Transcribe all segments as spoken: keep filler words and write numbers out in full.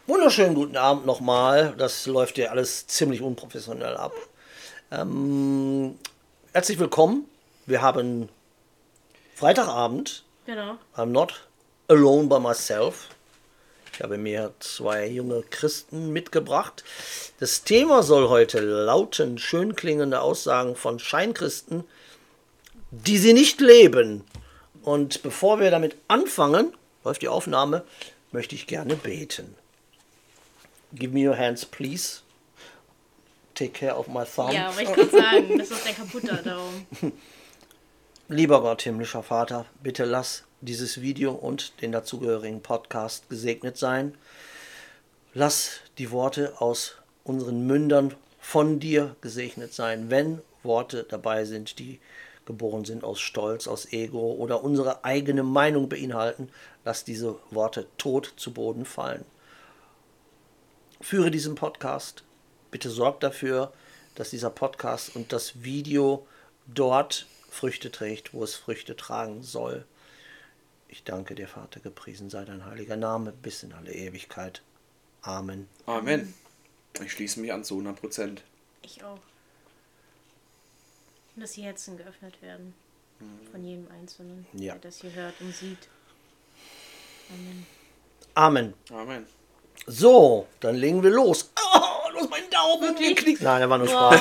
Wunderschönen guten Abend nochmal. Das läuft ja alles ziemlich unprofessionell ab. Ähm, herzlich willkommen. Wir haben Freitagabend. Genau. I'm not alone by myself. Ich habe mir zwei junge Christen mitgebracht. Das Thema soll heute lauten, schön klingende Aussagen von Scheinchristen, die sie nicht leben. Und bevor wir damit anfangen, läuft die Aufnahme, möchte ich gerne beten. Give me your hands, please. Take care of my thumb. Ja, aber ich kann sagen, das ist dein kaputter Daumen. Lieber Gott, himmlischer Vater, bitte lass dieses Video und den dazugehörigen Podcast gesegnet sein. Lass die Worte aus unseren Mündern von dir gesegnet sein, wenn Worte dabei sind, die geboren sind aus Stolz, aus Ego oder unsere eigene Meinung beinhalten. Lass diese Worte tot zu Boden fallen. Führe diesen Podcast. Bitte sorg dafür, dass dieser Podcast und das Video dort Früchte trägt, wo es Früchte tragen soll. Ich danke dir, Vater, gepriesen sei dein heiliger Name bis in alle Ewigkeit. Amen. Amen. Ich schließe mich an zu hundert Prozent. Ich auch. Und dass die Herzen geöffnet werden. Von jedem Einzelnen, Ja. der das hier hört und sieht. Amen. Amen. Amen. So, dann legen wir los. Oh, du hast meinen Daumen geknickt. Nein, der war nur Spaß.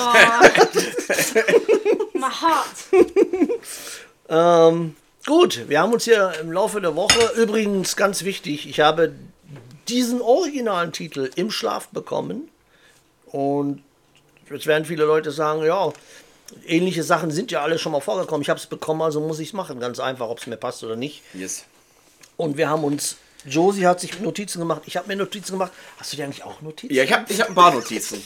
Oh. My heart. Ähm, gut, wir haben uns hier im Laufe der Woche, übrigens ganz wichtig, ich habe diesen originalen Titel im Schlaf bekommen. Und jetzt werden viele Leute sagen, ja, ähnliche Sachen sind ja alle schon mal vorgekommen. Ich habe es bekommen, also muss ich es machen. Ganz einfach, ob es mir passt oder nicht. Yes. Und wir haben uns, Josie hat sich Notizen gemacht, ich habe mir Notizen gemacht. Hast du dir eigentlich auch Notizen? Ja, ich habe ich hab ein paar Notizen.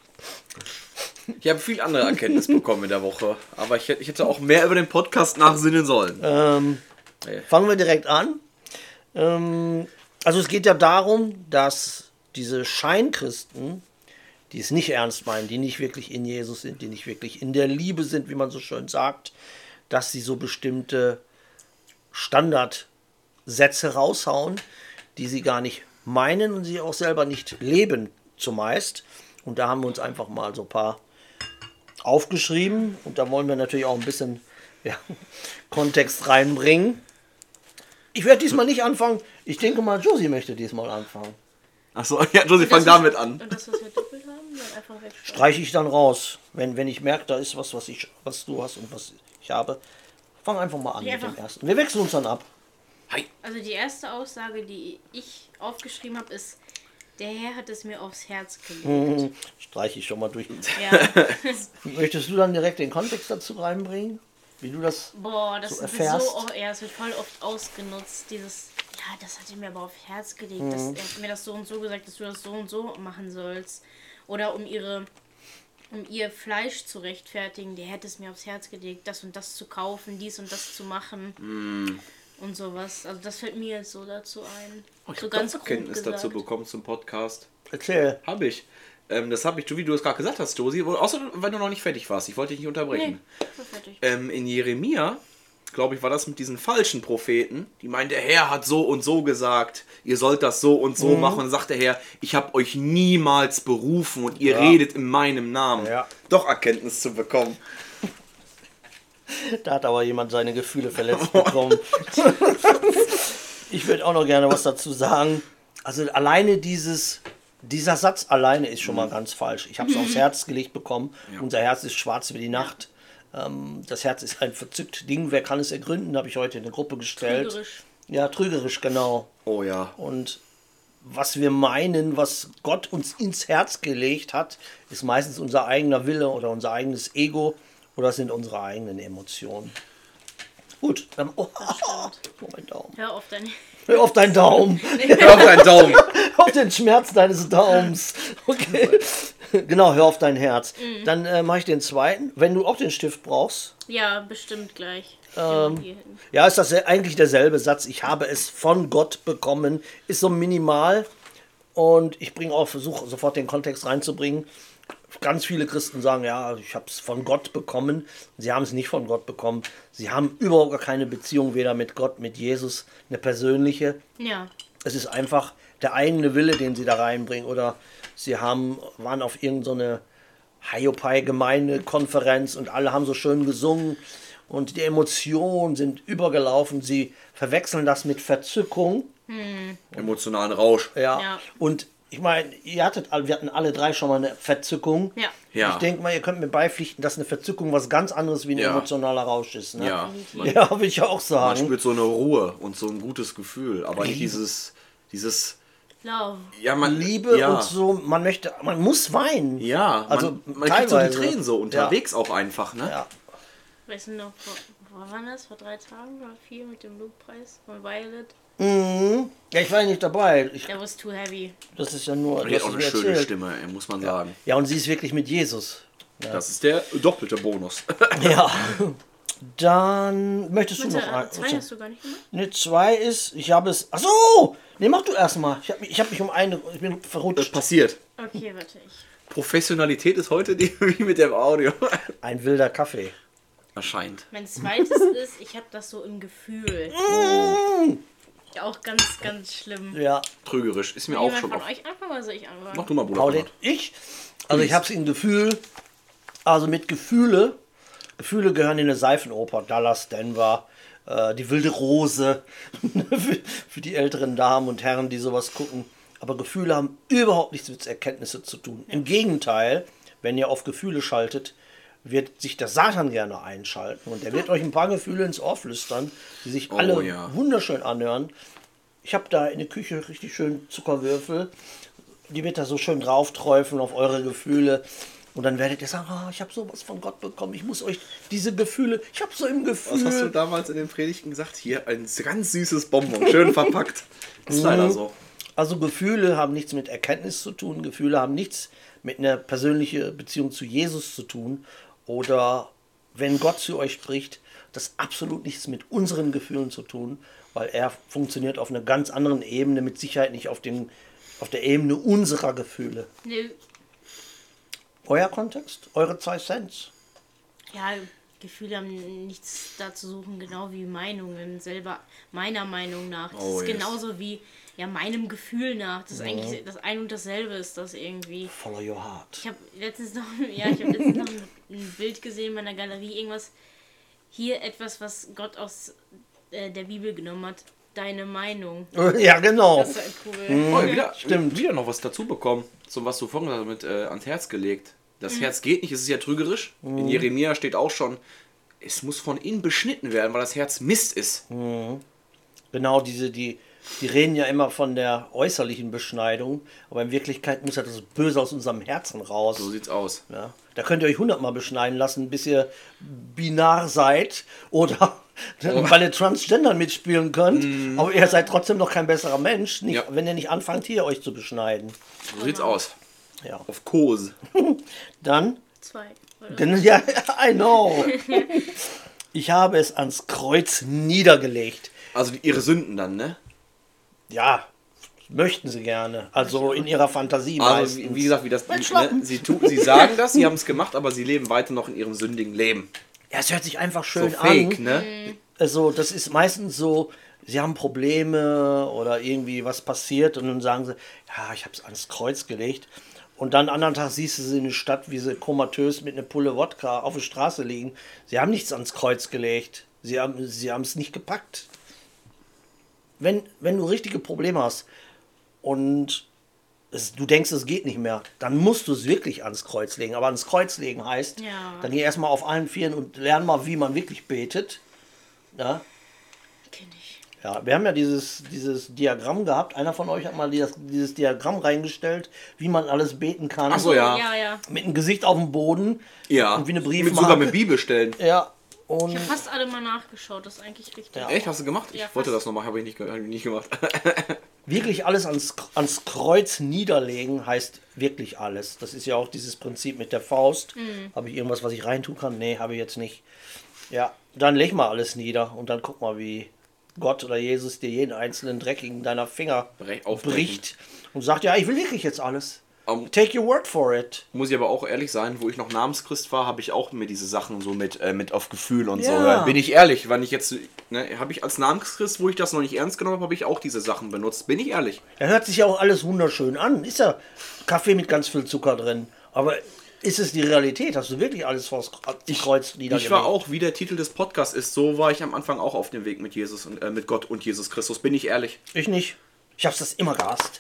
Ich habe viel andere Erkenntnis bekommen in der Woche. Aber ich, hätte- ich hätte auch mehr über den Podcast nachsinnen sollen. Ähm, Nee. fangen wir direkt an. Ähm, also es geht ja darum, dass diese Scheinchristen, die es nicht ernst meinen, die nicht wirklich in Jesus sind, die nicht wirklich in der Liebe sind, wie man so schön sagt, dass sie so bestimmte Standardsätze raushauen, die sie gar nicht meinen und sie auch selber nicht leben zumeist. Und da haben wir uns einfach mal so ein paar aufgeschrieben und da wollen wir natürlich auch ein bisschen ja, Kontext reinbringen. Ich werde diesmal nicht anfangen. Ich denke mal, Josie möchte diesmal anfangen. Achso, ja, Josie, fang damit an. Und das, was wir doppelt haben, dann einfach wegstreichen. Streiche ich dann raus. Wenn, wenn ich merke, da ist was, was, ich, was du hast und was ich habe. Fang einfach mal an Ja, mit dem einfach- ersten. Wir wechseln uns dann ab. Hi. Also die erste Aussage, die ich aufgeschrieben habe, ist, der Herr hat es mir aufs Herz gelegt. Hm, Streiche ich schon mal durch. Ja. Möchtest du dann direkt den Kontext dazu reinbringen? Wie du das... Boah, das So wird erfährst. so oft, ja, es wird voll oft ausgenutzt, dieses, ja, das hat er mir aber aufs Herz gelegt, Mhm. das, er hat mir das so und so gesagt, dass du das so und so machen sollst. Oder um ihre, um ihr Fleisch zu rechtfertigen, der hätte es mir aufs Herz gelegt, das und das zu kaufen, dies und das zu machen und sowas. Also das fällt mir jetzt so dazu ein. Oh, ich so habe ganz ganz grob Kenntnis gesagt. dazu bekommen zum Podcast. Erzähl. Habe ich. Ähm, das habe ich, wie du es gerade gesagt hast, Josie. Außer wenn du noch nicht fertig warst. Ich wollte dich nicht unterbrechen. Nee, war fertig. Ähm, in Jeremia, glaube ich, war das mit diesen falschen Propheten, die meinen, der Herr hat so und so gesagt, ihr sollt das so und so machen. Und dann sagt der Herr, ich habe euch niemals berufen und ihr Ja. redet in meinem Namen. Ja. Doch Erkenntnis zu bekommen. Da hat aber jemand seine Gefühle verletzt bekommen. Ich würde auch noch gerne was dazu sagen. Also alleine dieses, dieser Satz alleine ist schon mal ganz falsch. Ich habe es aufs Herz gelegt bekommen. Ja. Unser Herz ist schwarz wie die Nacht. Ähm, das Herz ist ein verzückt Ding. Wer kann es ergründen? Habe ich heute in eine Gruppe gestellt. Trügerisch. Ja, trügerisch, genau. Oh ja. Und was wir meinen, was Gott uns ins Herz gelegt hat, ist meistens unser eigener Wille oder unser eigenes Ego oder sind unsere eigenen Emotionen. Gut, dann, oh, oh, mein Daumen. Hör auf deine... Hör auf deinen Daumen. Hör auf deinen Daumen. Auf den Schmerz deines Daumens. Okay. Genau, hör auf dein Herz. Dann äh, mache ich den zweiten. Wenn du auch den Stift brauchst. Ja, bestimmt gleich. Ähm, Hier hin. Ja, ist das eigentlich derselbe Satz. Ich habe es von Gott bekommen. Ist so minimal. Und ich bringe auch, versuche sofort den Kontext reinzubringen. Ganz viele Christen sagen, ja, ich habe es von Gott bekommen. Sie haben es nicht von Gott bekommen. Sie haben überhaupt gar keine Beziehung, weder mit Gott, mit Jesus, eine persönliche. Ja. Es ist einfach der eigene Wille, den sie da reinbringen. Oder sie haben, waren auf irgendeine Hiopai-Gemeindekonferenz und alle haben so schön gesungen und die Emotionen sind übergelaufen. Sie verwechseln das mit Verzückung. Emotionalen Rausch. Ja. Ja. Und ich meine, ihr hattet, alle- wir hatten alle drei schon mal eine Verzückung. Ja. Ja. Ich denke mal, ihr könnt mir beipflichten, dass eine Verzückung was ganz anderes wie ein Ja. emotionaler Rausch ist. Ne? Ja. Man, Ja, würde ich auch man sagen. spürt so eine Ruhe und so ein gutes Gefühl, aber nicht dieses, dieses, Love. ja, man, Liebe ja. und so, man möchte, man muss weinen. Ja, Also man, man kriegt so die teilweise. Tränen so unterwegs auch einfach, ne? Ja. Weißt du noch, vor, wo war das? Vor drei Tagen oder vier mit dem Lobpreis von Violet? Mhm. Ja, ich war ja nicht dabei. Ich, That was too heavy. das ist ja nur. Die du hat hast auch es eine mir schöne erzählt. Stimme, ey, muss man sagen. Ja, und sie ist wirklich mit Jesus. Das ist der doppelte Bonus. Ja. Dann möchtest du Warte, noch äh, ein. zwei hast du gar nicht gemacht? Ne, zwei ist, ich habe es. Achso! Ne, mach du erstmal. Ich habe mich, ich hab mich um eine. Ich bin Das verrutscht. passiert. Okay, warte, ich. Professionalität ist heute die, wie mit dem Audio. Ein wilder Kaffee. Erscheint. Mein zweites ist, ich habe das so im Gefühl. Auch ganz, ganz schlimm. Ja. Trügerisch. Ist mir Will auch jemand schon von oft. euch anfangen oder soll ich anfangen? Mach du mal, Bruder. Paulette, ich? Also ich habe es im Gefühl, also mit Gefühle, Gefühle gehören in eine Seifenoper, Dallas, Denver, äh, die wilde Rose, für, für die älteren Damen und Herren, die sowas gucken. Aber Gefühle haben überhaupt nichts mit Erkenntnisse zu tun. Im Gegenteil, wenn ihr auf Gefühle schaltet, wird sich der Satan gerne einschalten und der wird euch ein paar Gefühle ins Ohr flüstern, die sich Oh, alle ja. wunderschön anhören. Ich habe da in der Küche richtig schön Zuckerwürfel. Die wird da so schön drauf träufeln auf eure Gefühle. Und dann werdet ihr sagen, oh, ich habe sowas von Gott bekommen. Ich muss euch diese Gefühle, ich habe so im Gefühl. Was hast du damals in den Predigten gesagt? Hier, ein ganz süßes Bonbon, schön verpackt. Ist leider so. Also Gefühle haben nichts mit Erkenntnis zu tun. Gefühle haben nichts mit einer persönlichen Beziehung zu Jesus zu tun. Oder wenn Gott zu euch spricht, das absolut nichts mit unseren Gefühlen zu tun, weil er funktioniert auf einer ganz anderen Ebene, mit Sicherheit nicht auf, dem, auf der Ebene unserer Gefühle. Nö. Euer Kontext? Eure zwei Cents? Ja, Gefühle haben nichts da zu suchen, genau wie Meinungen selber, meiner Meinung nach. Das Oh, ist yes. genauso wie ja, meinem Gefühl nach. Das ist eigentlich das ein und dasselbe ist das irgendwie. Follow your heart. Ich habe letztens noch, ja, ich habe letztens noch ein, ein Bild gesehen in meiner Galerie, irgendwas, hier etwas, was Gott aus äh, der Bibel genommen hat. Deine Meinung. Ja, genau. Das war cool. Oh, wieder, Stimmt. wieder noch was dazu bekommen, zum was du vorhin gesagt hast, mit äh, ans Herz gelegt. Das Herz geht nicht, es ist ja trügerisch. In Jeremia steht auch schon, es muss von innen beschnitten werden, weil das Herz Mist ist. Genau, diese, die, die reden ja immer von der äußerlichen Beschneidung, aber in Wirklichkeit muss ja das Böse aus unserem Herzen raus. So sieht's aus. Ja, da könnt ihr euch hundertmal beschneiden lassen, bis ihr binar seid oder bei den Transgendern mitspielen könnt. Aber ihr seid trotzdem noch kein besserer Mensch, nicht, Ja. wenn ihr nicht anfangt, hier euch zu beschneiden. So sieht's aus. Ja. Auf Kurs. Dann, Zwei. Oder? denn, ja, I know. Ich habe es ans Kreuz niedergelegt. Also die, ihre Sünden dann, ne? Ja, möchten sie gerne. Also in ihrer Fantasie Also meistens. wie, wie gesagt, wie das, Mein ne, Schlappen. sie, tu, sie sagen das, sie haben es gemacht, aber sie leben weiter noch in ihrem sündigen Leben. Ja, es hört sich einfach So schön fake, an. ne? Also das ist meistens so, sie haben Probleme oder irgendwie was passiert und dann sagen sie, ja, ich habe es ans Kreuz gelegt. Und dann anderen Tag siehst du sie in der Stadt, wie sie komatös mit einer Pulle Wodka auf der Straße liegen. Sie haben nichts ans Kreuz gelegt. Sie haben sie haben es nicht gepackt. Wenn, wenn du richtige Probleme hast und es, du denkst, es geht nicht mehr, dann musst du es wirklich ans Kreuz legen. Aber ans Kreuz legen heißt, Ja. dann geh erstmal auf allen Vieren und lern mal, wie man wirklich betet. Ja, Kenn ich. ja, wir haben ja dieses, dieses Diagramm gehabt. Einer von euch hat mal dieses, dieses Diagramm reingestellt, wie man alles beten kann. Ach so, ja. Ja, ja. Mit dem Gesicht auf dem Boden. Ja. Und wie eine mit, Briefmarke. sogar mit Bibelstellen. Ja. Ich Und habe fast alle mal nachgeschaut, das ist eigentlich richtig. Ja. Echt? Hast du gemacht? Ich Ja, wollte fast. das noch machen, habe ich nicht, ge- hab ich nicht gemacht. wirklich alles ans, ans Kreuz niederlegen heißt wirklich alles. Das ist ja auch dieses Prinzip mit der Faust. Habe ich irgendwas, was ich reintun kann? Nee, habe ich jetzt nicht. Ja, dann leg mal alles nieder und dann guck mal, wie Gott oder Jesus dir jeden einzelnen dreckigen deiner Finger Brech- aufbrechen. bricht und sagt, ja, ich will wirklich jetzt alles. Um, Take your word for it. Muss ich aber auch ehrlich sein, wo ich noch Namenschrist war, habe ich auch mir diese Sachen so mit, äh, mit auf Gefühl und Ja. so. Bin ich ehrlich, wenn ich jetzt, ne, habe ich als Namenschrist, wo ich das noch nicht ernst genommen habe, habe ich auch diese Sachen benutzt. Bin ich ehrlich. Da hört sich ja auch alles wunderschön an. Ist ja Kaffee mit ganz viel Zucker drin. Aber ist es die Realität? Hast du wirklich alles vors Kreuz niedergelegt? Ich war auch, wie der Titel des Podcasts ist, so war ich am Anfang auch auf dem Weg mit Jesus und äh, mit Gott und Jesus Christus. Bin ich ehrlich. Ich nicht. Ich hab's das immer gehasst.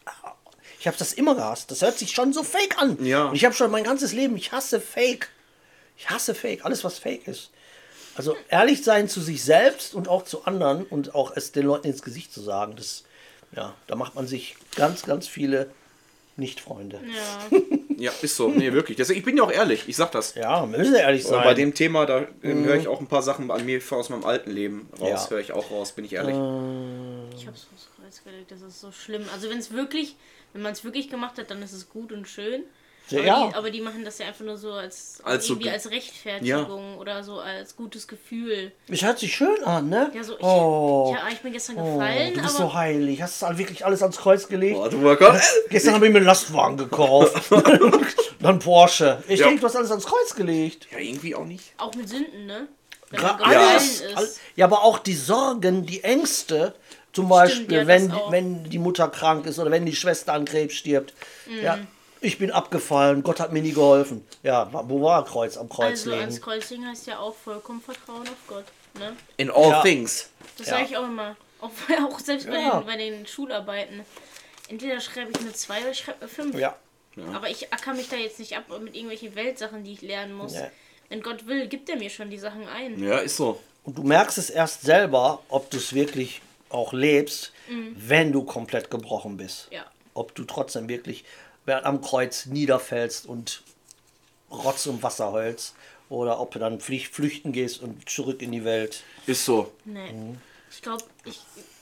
Ich hab's das immer gehasst. Das hört sich schon so fake an. Ja. Und ich habe schon mein ganzes Leben, ich hasse Fake. Ich hasse Fake. Alles, was Fake ist. Also ehrlich sein zu sich selbst und auch zu anderen und auch es den Leuten ins Gesicht zu sagen, das, ja, da macht man sich ganz, ganz viele Nicht-Freunde. Ja. Ja, ist so. Nee, wirklich. Deswegen, ich bin ja auch ehrlich. Ich sag das. Ja, wir müssen ehrlich Aber sein. bei dem Thema, da ähm, höre ich auch ein paar Sachen an mir aus meinem alten Leben raus. Ja. Höre ich auch raus, bin ich ehrlich. Ich hab's vors Kreuz gelegt, das ist so schlimm. Also wenn es wirklich, wenn man es wirklich gemacht hat, dann ist es gut und schön. Aber, Ja. die, aber die machen das ja einfach nur so als, Als so irgendwie ge- als Rechtfertigung oder so als gutes Gefühl. Es hört sich schön an, ne? Ja, so ich, oh, ja, ich bin gestern oh, gefallen, du bist aber so heilig. Hast du wirklich alles ans Kreuz gelegt? Boah, du Gott. Gestern habe ich mir einen Lastwagen gekauft. Dann Porsche. Ich Ja. denke, du hast alles ans Kreuz gelegt. Ja, irgendwie auch nicht. auch mit Sünden, ne? Wenn Gra- man gefallen alles. ist. All- Ja, aber auch die Sorgen, die Ängste. Zum Beispiel, ja, wenn, das auch. wenn die Mutter krank ist oder wenn die Schwester an Krebs stirbt. Mhm. Ja, ich bin abgefallen, Gott hat mir nie geholfen. Ja, wa- wo war Kreuz am Kreuz Also legen? ans Kreuz legen heißt ja auch vollkommen Vertrauen auf Gott, ne? In all Ja. things. Das Ja. sage ich auch immer. Auch, auch selbst bei, Ja. den, bei den Schularbeiten. Entweder schreibe ich eine zwei oder ich schreibe eine fünf. Ja. Aber ich acker mich da jetzt nicht ab mit irgendwelchen Weltsachen, die ich lernen muss. Ja. Wenn Gott will, gibt er mir schon die Sachen ein. Ja, ist so. Und du merkst es erst selber, ob du es wirklich auch lebst, wenn du komplett gebrochen bist. Ja. Ob du trotzdem wirklich am Kreuz niederfällst und Rotz und Wasser heulst oder ob du dann flüch- flüchten gehst und zurück in die Welt. Ist so. Nee. Ich glaube, ich,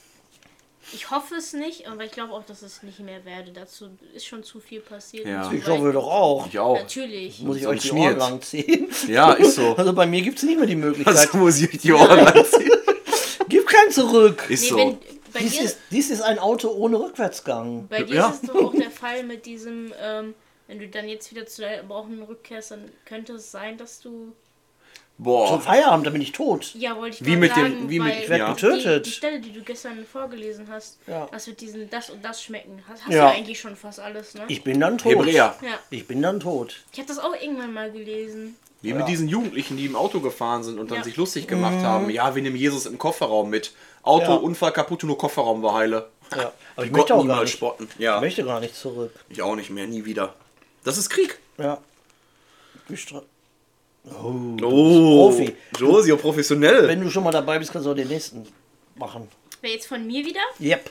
ich hoffe es nicht, aber ich glaube auch, dass es nicht mehr werde. Dazu ist schon zu viel passiert. Ja. und zu Ich hoffe weit- doch auch. Ich auch. Natürlich. Muss ich Sonst euch die schmiert. Ohren lang ziehen? Ja, ist so. Also bei mir gibt es nicht mehr die Möglichkeit. Das muss ich die Ohren anziehen. Gib kein Zurück. Ist Nee, so. wenn, bei, Dies dir, ist, dies ist ein Auto ohne Rückwärtsgang. bei dir Ja. ist es doch auch der Fall mit diesem, ähm, wenn du dann jetzt wieder zu deinem Erbrochenen rückkehrst, dann könnte es sein, dass du... Zum Boah. Feierabend, da bin ich tot. Ja, wollte ich Wie gerade mit dem- sagen, wie mit- weil Ich werd die- getötet. Die Stelle, die du gestern vorgelesen hast, Ja. das wird diesen das und das schmecken. Hast, hast Ja. du eigentlich schon fast alles, ne? Ich bin dann tot. Hebräer. Ja. Ich bin dann tot. Ich habe das auch irgendwann mal gelesen. Wie mit diesen Jugendlichen, die im Auto gefahren sind und dann Ja. sich lustig gemacht haben. Ja, wir nehmen Jesus im Kofferraum mit. Auto, Ja. Unfall kaputt, nur Kofferraum war heile. Ja. Aber ich Gott möchte auch gar niemals nicht. spotten. Ich Ja, möchte gar nicht zurück. ich auch nicht mehr, nie wieder. Das ist Krieg. Ja. Gestra- Oh, Oh, Profi. Josio, professionell. Wenn du schon mal dabei bist, kannst du auch den nächsten machen. Wer jetzt von mir wieder? Yep.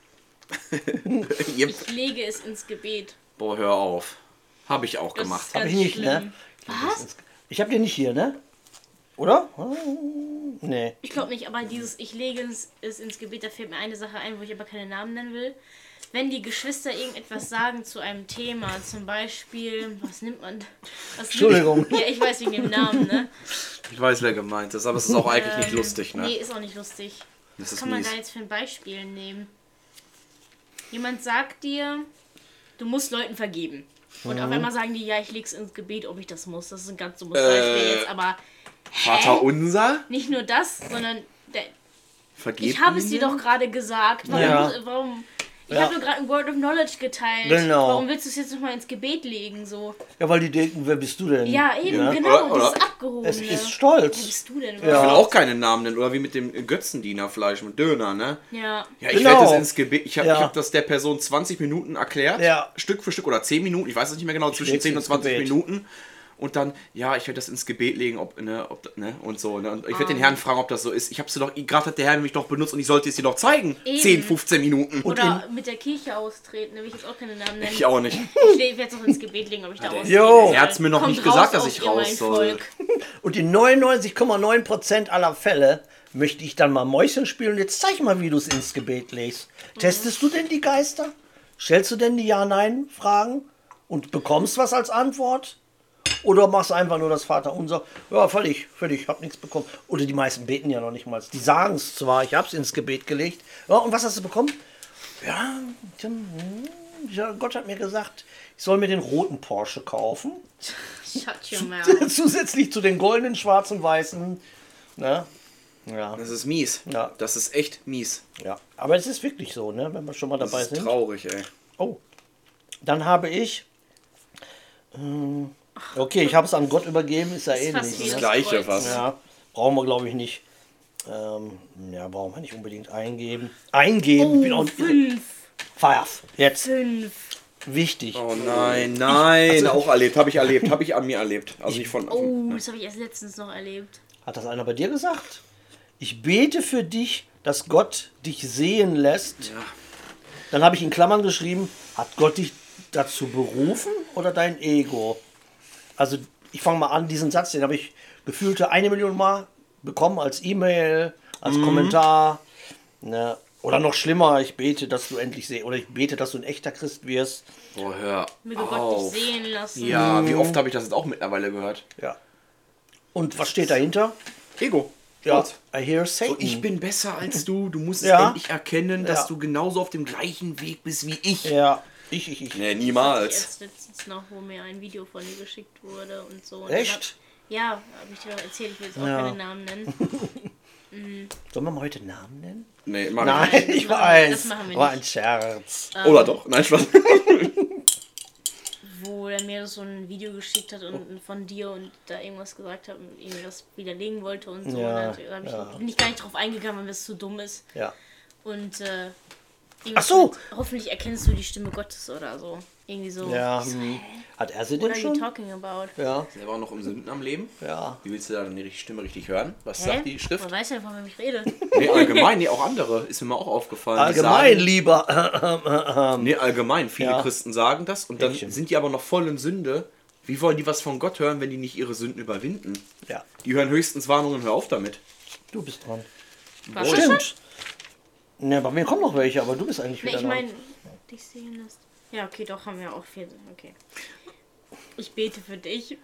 Yep. Ich lege es ins Gebet. Boah, hör auf. Habe ich auch Das gemacht. ist Hab ganz ich nicht, schlimm. ne? Was? Ich hab den nicht hier, ne? Oder? Hm, Nee. Ich glaube nicht, aber dieses Ich lege es, es ins Gebet, da fällt mir eine Sache ein, wo ich aber keine Namen nennen will. Wenn die Geschwister irgendetwas sagen zu einem Thema, zum Beispiel, was nimmt man? Was Entschuldigung. Nimmt, ja, ich weiß wegen dem Namen, ne? Ich weiß, wer gemeint ist, aber es ist auch eigentlich nicht Ähm, lustig, ne? Nee, ist auch nicht lustig. Das Was ist kann man mies. da jetzt für ein Beispiel nehmen? Jemand sagt dir, du musst Leuten vergeben. Und Mhm. auf einmal sagen die, ja, ich leg's ins Gebet, ob ich das muss. Das ist ein ganz dummes Äh. Beispiel jetzt, aber Vater unser? nicht nur das, sondern der, Vergeben. ich habe es dir doch gerade gesagt. Warum? Ja. warum ich Ja. habe nur gerade ein Word of Knowledge geteilt. Genau. Warum willst du es jetzt nochmal ins Gebet legen? So? Ja, weil die denken, wer bist du denn? Ja, eben, Ja. genau. Oder- oder- Das ist abgehoben. Es ne? ist Wer stolz. bist du denn? Ich Ja. will auch keinen Namen nennen. Oder wie mit dem Götzendienerfleisch mit Döner, ne? Ja. Ja, ich Genau. werde das ins Gebet. Ich habe Ja. ich hab das der Person zwanzig Minuten erklärt. Ja. Stück für Stück oder zehn Minuten. Ich weiß es nicht mehr genau. Zwischen leg's zehn und ins zwanzig Gebet. Minuten. Und dann, ja, ich werde das ins Gebet legen, ob, ne, ob, ne, und so. Ne? Und ich werde den Herrn fragen, ob das so ist. Ich habe sie doch, gerade hat der Herr mich doch benutzt und ich sollte es dir doch zeigen. Eben. zehn, fünfzehn Minuten. Oder mit der Kirche austreten, da will ich jetzt auch keine Namen nennen. Ich auch nicht. Ich werde es auch ins Gebet legen, ob ich da austrete. Jo. Er hat's mir noch Kommt nicht gesagt, raus dass ich aus ihr, mein raus soll. Volk. Und in neunundneunzig Komma neun Prozent aller Fälle möchte ich dann mal Mäuschen spielen. Und jetzt zeig mal, wie du es ins Gebet legst. Testest du denn die Geister? Stellst du denn die Ja-Nein-Fragen? Und bekommst was als Antwort? Oder machst du einfach nur das Vaterunser? Ja, völlig, völlig, hab nichts bekommen. Oder die meisten beten ja noch nicht mal. Die sagen es zwar, ich hab's ins Gebet gelegt. Ja, und was hast du bekommen? Ja, hm, ja, Gott hat mir gesagt, ich soll mir den roten Porsche kaufen. Shut your mouth. Zusätzlich zu den goldenen, schwarzen, weißen. Ne? Ja. Das ist mies. Ja. Das ist echt mies. Ja. Aber es ist wirklich so, ne? Wenn wir schon mal dabei Das ist sind. traurig, ey. Oh. Dann habe ich. Ähm, okay, ich habe es an Gott übergeben, ist ja ist fast ähnlich. wie Das Ne? Gleiche Kreuz. fast. Ja, brauchen wir glaube ich nicht. Ähm, ja, brauchen wir nicht unbedingt eingeben. Eingeben, ich bin auch Oh, fünf. Faf. Jetzt Fünf. wichtig. Oh nein, nein. auch erlebt, habe ich erlebt, habe ich an mir erlebt. Also nicht von. Oh, das habe ich erst letztens noch erlebt. Hat das einer bei dir gesagt? Ich bete für dich, dass Gott dich sehen lässt. Ja. Dann habe ich in Klammern geschrieben, hat Gott dich dazu berufen oder dein Ego? Also ich fange mal an, diesen Satz, den habe ich gefühlte eine Million Mal bekommen als E-Mail, als Kommentar. Ne? Oder noch schlimmer, ich bete, dass du endlich sehst, oder ich bete, dass du ein echter Christ wirst. Oh, hör Möge Gott auf. dich sehen lassen. Ja, wie oft habe ich das jetzt auch mittlerweile gehört? Ja. Und was steht dahinter? Ego. Ja, Stolz. I hear Satan. So, ich bin besser als du. Du musst Ja. es endlich erkennen, dass Ja. du genauso auf dem gleichen Weg bist wie ich. Ja, ich, ich, ich. Nee, Ich niemals. jetzt letztens noch, wo mir ein Video von dir geschickt wurde und so. Und Echt? Hab, ja, habe ich dir doch erzählt, ich will jetzt auch Ja. keine Namen nennen. Sollen wir mal heute Namen nennen? Nee, mach Nein, das ich machen wir- weiß. das machen wir War nicht. ein Scherz. nicht. Oder doch? Nein, Spaß. Wo er mir so ein Video geschickt hat und von dir und da irgendwas gesagt hat und irgendwie was widerlegen wollte und so. Ja, und da hab ich, ja. bin ich gar nicht drauf eingegangen, weil es zu dumm ist. Ja. Und äh, Ach irgendwas so. mit, hoffentlich erkennst du die Stimme Gottes oder so. Irgendwie so. Ja, Ich so, hm. hä? Hat er sie What denn are you schon? talking about? Ja, Selber auch noch im Sünden am Leben. ja. Wie willst du da dann die Stimme richtig hören? Was Hä? sagt die Schrift? Man weiß ja, von wem ich rede. Nee, allgemein, nee, auch andere. Ist mir mal auch aufgefallen. Die Allgemein, sagen, lieber. nee, allgemein. Viele Ja. Christen sagen das und dann Häkchen. sind die aber noch voll in Sünde. Wie wollen die was von Gott hören, wenn die nicht ihre Sünden überwinden? Ja, Die hören höchstens Warnungen, hör auf damit. du bist dran. Was ist das? Stimmt. Ne, bei mir kommen noch welche, aber du bist eigentlich Nee, wieder ich dran. meine, dich sehen lässt. Ja, okay, doch, haben wir auch vier. Okay. Ich bete für dich.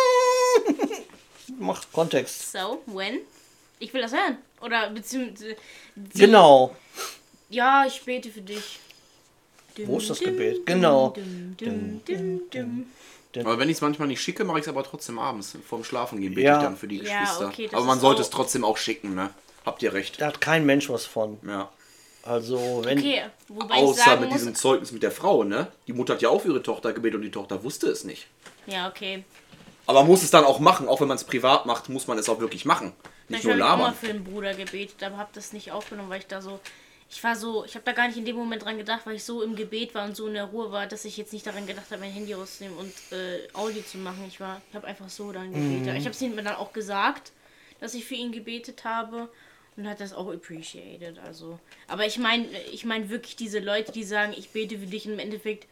Mach Kontext. So, when? Ich will das hören. Oder beziehungsweise. sie- Genau. Ja, ich bete für dich. Dum, Wo ist das dum, Gebet? dum, Genau. dum, dum, dum, dum. Aber wenn ich es manchmal nicht schicke, mache ich es aber trotzdem abends. Vorm Schlafen gehen bete Ja. ich dann für die Ja, Geschwister. okay, das aber man ist sollte auch- es trotzdem auch schicken, ne? Habt ihr recht. Da hat kein Mensch was von. Ja. Also, wenn. Okay, wobei ich Außer sagen mit muss. diesem Zeugnis mit der Frau, ne? Die Mutter hat ja auch für ihre Tochter gebetet und die Tochter wusste es nicht. Ja, okay. Aber man muss es dann auch machen, auch wenn man es privat macht, muss man es auch wirklich machen. Nicht Ich nur habe auch mal labern. für einen Bruder gebetet, aber habe das nicht aufgenommen, weil ich da so. Ich war so, ich habe da gar nicht in dem Moment dran gedacht, weil ich so im Gebet war und so in der Ruhe war, dass ich jetzt nicht daran gedacht habe, mein Handy rauszunehmen und äh, Audio zu machen. Ich war, ich habe einfach so dann gebetet. Mhm. Ich habe es ihm dann auch gesagt, dass ich für ihn gebetet habe und hat das auch appreciated. Also, aber ich meine, ich meine wirklich diese Leute, die sagen, ich bete für dich und im Endeffekt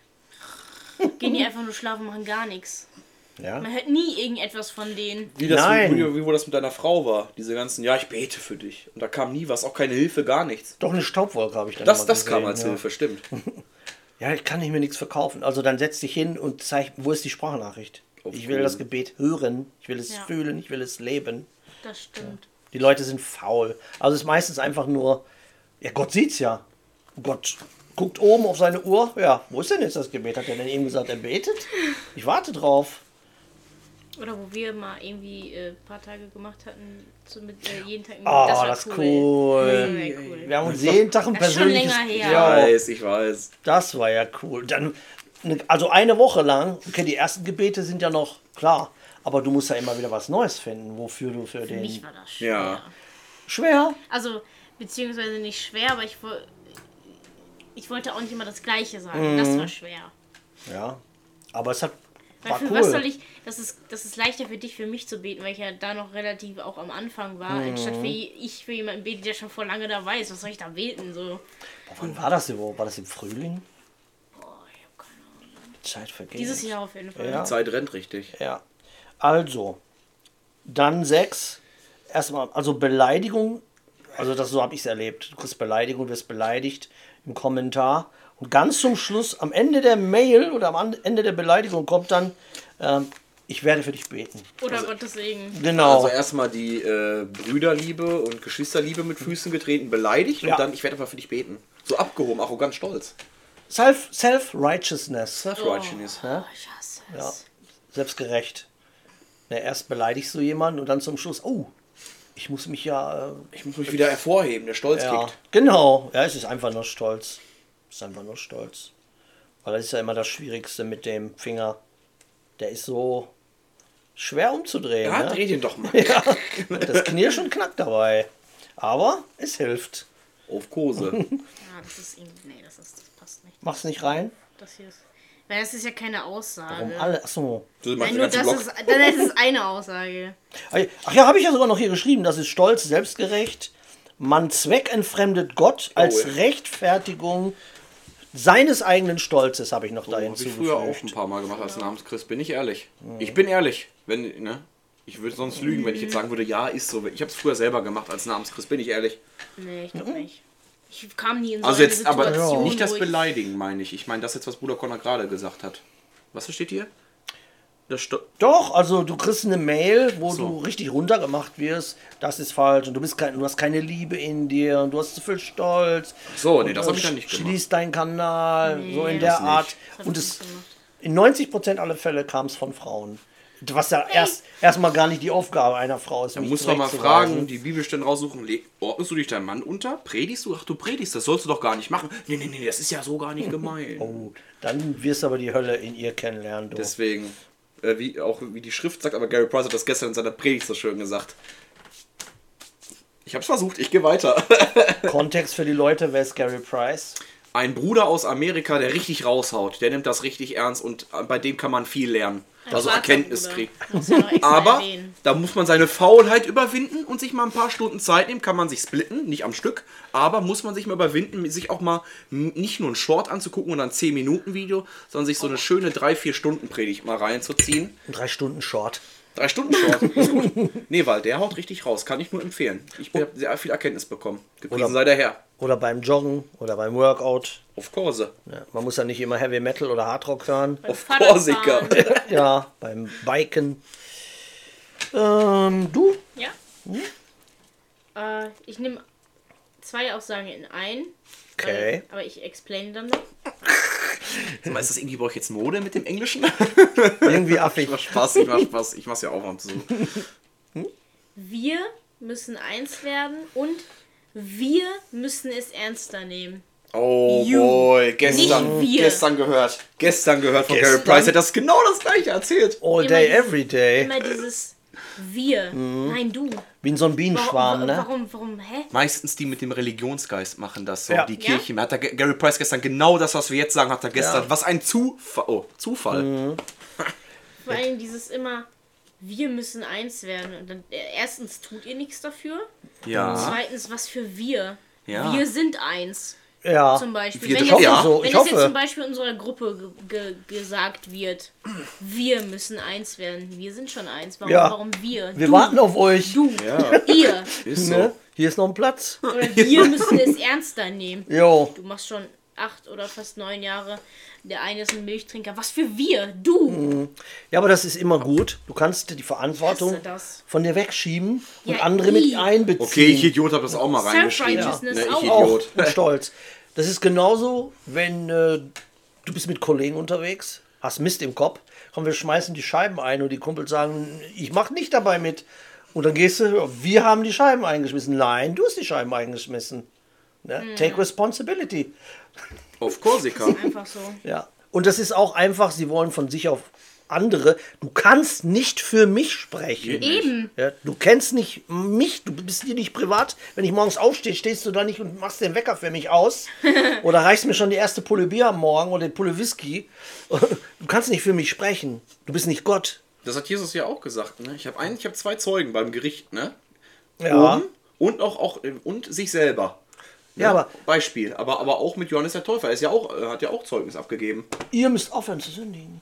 gehen die einfach nur schlafen, machen gar nichts. Ja. Man hört nie irgendetwas von denen. Wie, das, Nein. Wie, wie wo das mit deiner Frau war. Diese ganzen, ja, ich bete für dich. Und da kam nie was, auch keine Hilfe, gar nichts. Doch eine Staubwolke habe ich dann Das, immer das gesehen, kam als ja. Hilfe, stimmt. Ja, ich kann nicht mir nichts verkaufen. Also dann setz dich hin und zeig, wo ist die Sprachnachricht? Auf Ich will cool. das Gebet hören, ich will es Ja. fühlen, ich will es leben. Das stimmt. Die Leute sind faul. Also es ist meistens einfach nur, ja, Gott sieht's ja. Gott guckt oben auf seine Uhr. Ja, wo ist denn jetzt das Gebet? Hat er denn eben gesagt, er betet? Ich warte drauf. Oder wo wir mal irgendwie ein äh, paar Tage gemacht hatten, so mit äh, jeden Tag. Oh, das war das cool. cool. Das war cool. Wir haben uns jeden Tag ein Das ist schon persönliches... länger her. Ich Ja, weiß, ich weiß. das war ja cool. Dann, ne- also eine Woche lang, okay, die ersten Gebete sind ja noch klar, aber du musst ja immer wieder was Neues finden, wofür du für Für den... mich war das schwer. Ja. Schwer? Also, beziehungsweise nicht schwer, aber ich, woll- ich wollte auch nicht immer das Gleiche sagen. Das war schwer. Ja. Aber es hat... Weil War für cool. was soll ich, das ist, das ist leichter für dich, für mich zu beten, weil ich ja da noch relativ auch am Anfang war, Mhm. anstatt für ich für jemanden bete, der schon vor lange dabei ist. Was soll ich da beten? So. Boah, wann war das überhaupt? War das im Frühling? Boah, ich hab keine Ahnung. Zeit vergeht. Dieses Jahr auf jeden Fall. Ja. Die Zeit rennt richtig. Ja. Also, dann sechs. Erstmal, also Beleidigung. Also das, so habe ich es erlebt. Du kriegst Beleidigung, wirst beleidigt im Kommentar. Und ganz zum Schluss, am Ende der Mail oder am An- Ende der Beleidigung kommt dann, ähm, ich werde für dich beten. Oder Gottes Segen. Genau. Also erstmal die äh, Brüderliebe und Geschwisterliebe mit Füßen getreten, beleidigt Ja. und dann, ich werde einfach für dich beten. So abgehoben, arrogant stolz. Self, Self-Righteousness. Self-Righteousness. Ja? Oh, ich hasse es. Ja. Selbstgerecht. Na, erst beleidigst du jemanden und dann zum Schluss, oh, ich muss mich ja... Äh, Ich muss mich wieder hervorheben, der Stolz ja, kickt. genau. Ja, es ist einfach nur Stolz. Es ist einfach nur Stolz. Weil das ist ja immer das Schwierigste mit dem Finger. Der ist so schwer umzudrehen. Ja, ne? dreh den doch mal. Ja, das Knirsch und Knack dabei. Aber es hilft. Auf Kose. Ja, das ist irgendwie. Nee, das, ist, das passt nicht. Mach's nicht rein. Das hier ist. Weil das ist ja keine Aussage. Warum alle? Achso. Du meinst Nein, den nur ganzen das Block? ist, dann ist es eine Aussage. Ach ja, habe ich ja sogar noch hier geschrieben. Das ist stolz, selbstgerecht. Man zweckentfremdet Gott als Oh, ja. Rechtfertigung seines eigenen Stolzes, habe ich noch Oh, dahin habe ich früher auch ein zugefügt. paar Mal gemacht als Namenschrist. Bin ich ehrlich. Ich bin ehrlich. Wenn, ne? Ich würde sonst lügen, wenn ich jetzt sagen würde, ja, ist so. Ich habe es früher selber gemacht als Namenschrist. Bin ich ehrlich. Nee, ich glaube nicht. Ich kam nie in so Also eine jetzt aber Situation, nicht das wo ich- Beleidigen, meine ich. Ich meine das jetzt, was Bruder Connor gerade gesagt hat. Was steht hier? Das Sto Doch, also du kriegst eine Mail, wo So. du richtig runtergemacht wirst. Das ist falsch und du bist kein, du hast keine Liebe in dir und du hast zu viel Stolz. So, nee, Und das dann habe ich dann nicht gemacht. Schließ deinen Kanal, Nee, so in das der nicht. Art. Das hab Und ich es, nicht gemacht. in neunzig Prozent aller Fälle kam es von Frauen. Was ja erst erstmal gar nicht die Aufgabe einer Frau ist. Da mich muss man mal zurechtzuweisen. fragen, die Bibelstellen raussuchen, leg- ordnest du dich deinem Mann unter? Predigst du? Ach, du predigst, das sollst du doch gar nicht machen. Nee, nee, nee, das ist ja so gar nicht gemein. Oh, dann wirst du aber die Hölle in ihr kennenlernen. Du. Deswegen, äh, wie auch wie die Schrift sagt, aber Gary Price hat das gestern in seiner Predigt so schön gesagt. Ich hab's versucht, ich gehe weiter. Kontext für die Leute, wer ist Gary Price? Ein Bruder aus Amerika, der richtig raushaut, der nimmt das richtig ernst und äh, bei dem kann man viel lernen. Ein Also schwarzer Erkenntnis Bruder. kriegen. Muss ja noch extra Aber erwähnen. da muss man seine Faulheit überwinden und sich mal ein paar Stunden Zeit nehmen. Kann man sich splitten, nicht am Stück. Aber muss man sich mal überwinden, sich auch mal n- nicht nur ein Short anzugucken oder ein zehn Minuten Video, sondern sich so eine schöne drei vier Stunden Predigt mal reinzuziehen. Ein drei Stunden Short. drei Stunden Short. Ist gut. Nee, weil der haut richtig raus. Kann ich nur empfehlen. Ich habe sehr viel Erkenntnis bekommen. Gepriesen Oder- sei der Herr. Oder beim Joggen oder beim Workout. Auf Kurse. Ja, man muss ja nicht immer Heavy Metal oder Hardrock hören. Auf Fahrradfahren. Korsika. Ja, beim Biken. Ähm, du? Ja. Äh, ich nehme zwei Aussagen in ein. Okay. Weil, aber ich explain dann noch. Ist das irgendwie bei euch jetzt Mode mit dem Englischen? Irgendwie affig. Ich mach Spaß, ich mach Spaß. Ich mach's ja auch mal so. Wir müssen eins werden und wir müssen es ernster nehmen. Oh You. boy, gestern, Nicht wir. gestern gehört. Gestern gehört von Gestern? Gary Price. Er hat das genau das gleiche erzählt. All Immer day, dieses- every day. Immer dieses wir. Nein, du. Wie in so einem Warum, Bienenschwarm, ne? warum, warum, hä? Meistens die mit dem Religionsgeist machen das so. Ja. Die Ja? Kirche. Hat der G- Gary Price gestern genau das, was wir jetzt sagen, hat er gestern. Ja. Was ein Zufall. Oh, Zufall. Vor allem dieses immer, wir müssen eins werden. Und dann, äh, erstens tut ihr nichts dafür. Ja. Zweitens, was für wir? Ja. Wir sind eins. Ja. Zum Beispiel. Wir Wenn, doch- jetzt, ja. so, wenn ich es jetzt hoffe. zum Beispiel in unserer Gruppe ge ge gesagt wird, wir müssen eins werden. Wir sind schon eins. Warum, Ja. warum wir? Wir du, warten auf euch. du, Ja, ihr. ist so. Ne? Hier ist noch ein Platz. Oder wir müssen es ernster nehmen. Jo. Du machst schon acht oder fast neun Jahre. Der eine ist ein Milchtrinker. Was für wir? Du. Ja, aber das ist immer gut. Du kannst die Verantwortung Hasse das. von dir wegschieben und Ja, andere mit i. einbeziehen. Okay, ich Idiot habe das auch mal reingeschrieben. Self-righteousness Ne, ich auch. Idiot. Und stolz. Das ist genauso, wenn äh, du bist mit Kollegen unterwegs, hast Mist im Kopf, komm, wir schmeißen die Scheiben ein und die Kumpels sagen, ich mach nicht dabei mit. Und dann gehst du, wir haben die Scheiben eingeschmissen. Nein, du hast die Scheiben eingeschmissen. Ne? Take responsibility. Auf Korsika. Einfach so. Ja. Und das ist auch einfach, sie wollen von sich auf andere. Du kannst nicht für mich sprechen. Eben. Ja, du kennst nicht mich, du bist hier nicht privat. Wenn ich morgens aufstehe, stehst du da nicht und machst den Wecker für mich aus. Oder reichst mir schon die erste Pulle Bier am Morgen oder die Pulle Whisky. Du kannst nicht für mich sprechen. Du bist nicht Gott. Das hat Jesus ja auch gesagt. Ne? Ich habe ein, ich habe zwei Zeugen beim Gericht, ne? Ja. Oben und auch, auch und sich selber. Ne? Ja, aber- Beispiel. Aber, aber auch mit Johannes der Täufer. Er ist ja auch, äh, hat ja auch Zeugnis abgegeben. Ihr müsst aufhören zu sündigen.